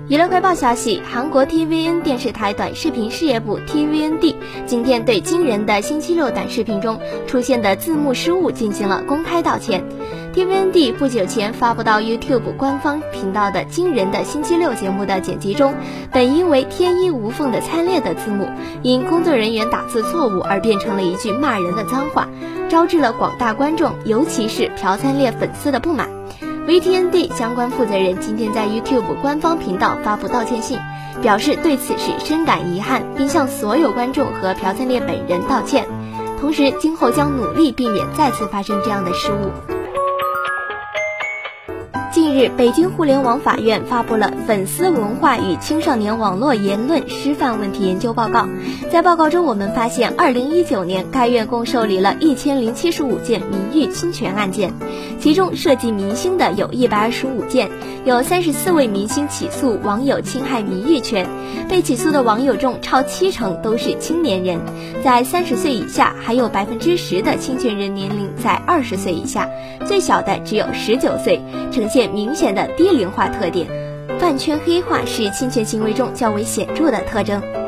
娱乐快报消息，韩国 TVN 电视台短视频事业部 TVND 今天对惊人的星期六短视频中出现的字幕失误进行了公开道歉。TVND 不久前发布到 YouTube 官方频道的惊人的星期六节目的剪辑中，本应为天衣无缝的参列的字幕，因工作人员打字错误而变成了一句骂人的脏话，招致了广大观众，尤其是朴灿烈粉丝的不满。VTND 相关负责人今天在 YouTube 官方频道发布道歉信，表示对此事深感遗憾，并向所有观众和朴灿烈本人道歉，同时今后将努力避免再次发生这样的失误。近日，北京互联网法院发布了粉丝文化与青少年网络言论师范问题研究报告。在报告中，我们发现2019年该院共受理了1075件名誉侵权案件，其中涉及明星的有125件，有34位明星起诉网友侵害名誉权，被起诉的网友中超70%都是青年人，在30岁以下还有10%的侵权人年龄在20岁以下，最小的只有19岁，呈现明显的低龄化特点，饭圈黑化是侵权行为中较为显著的特征。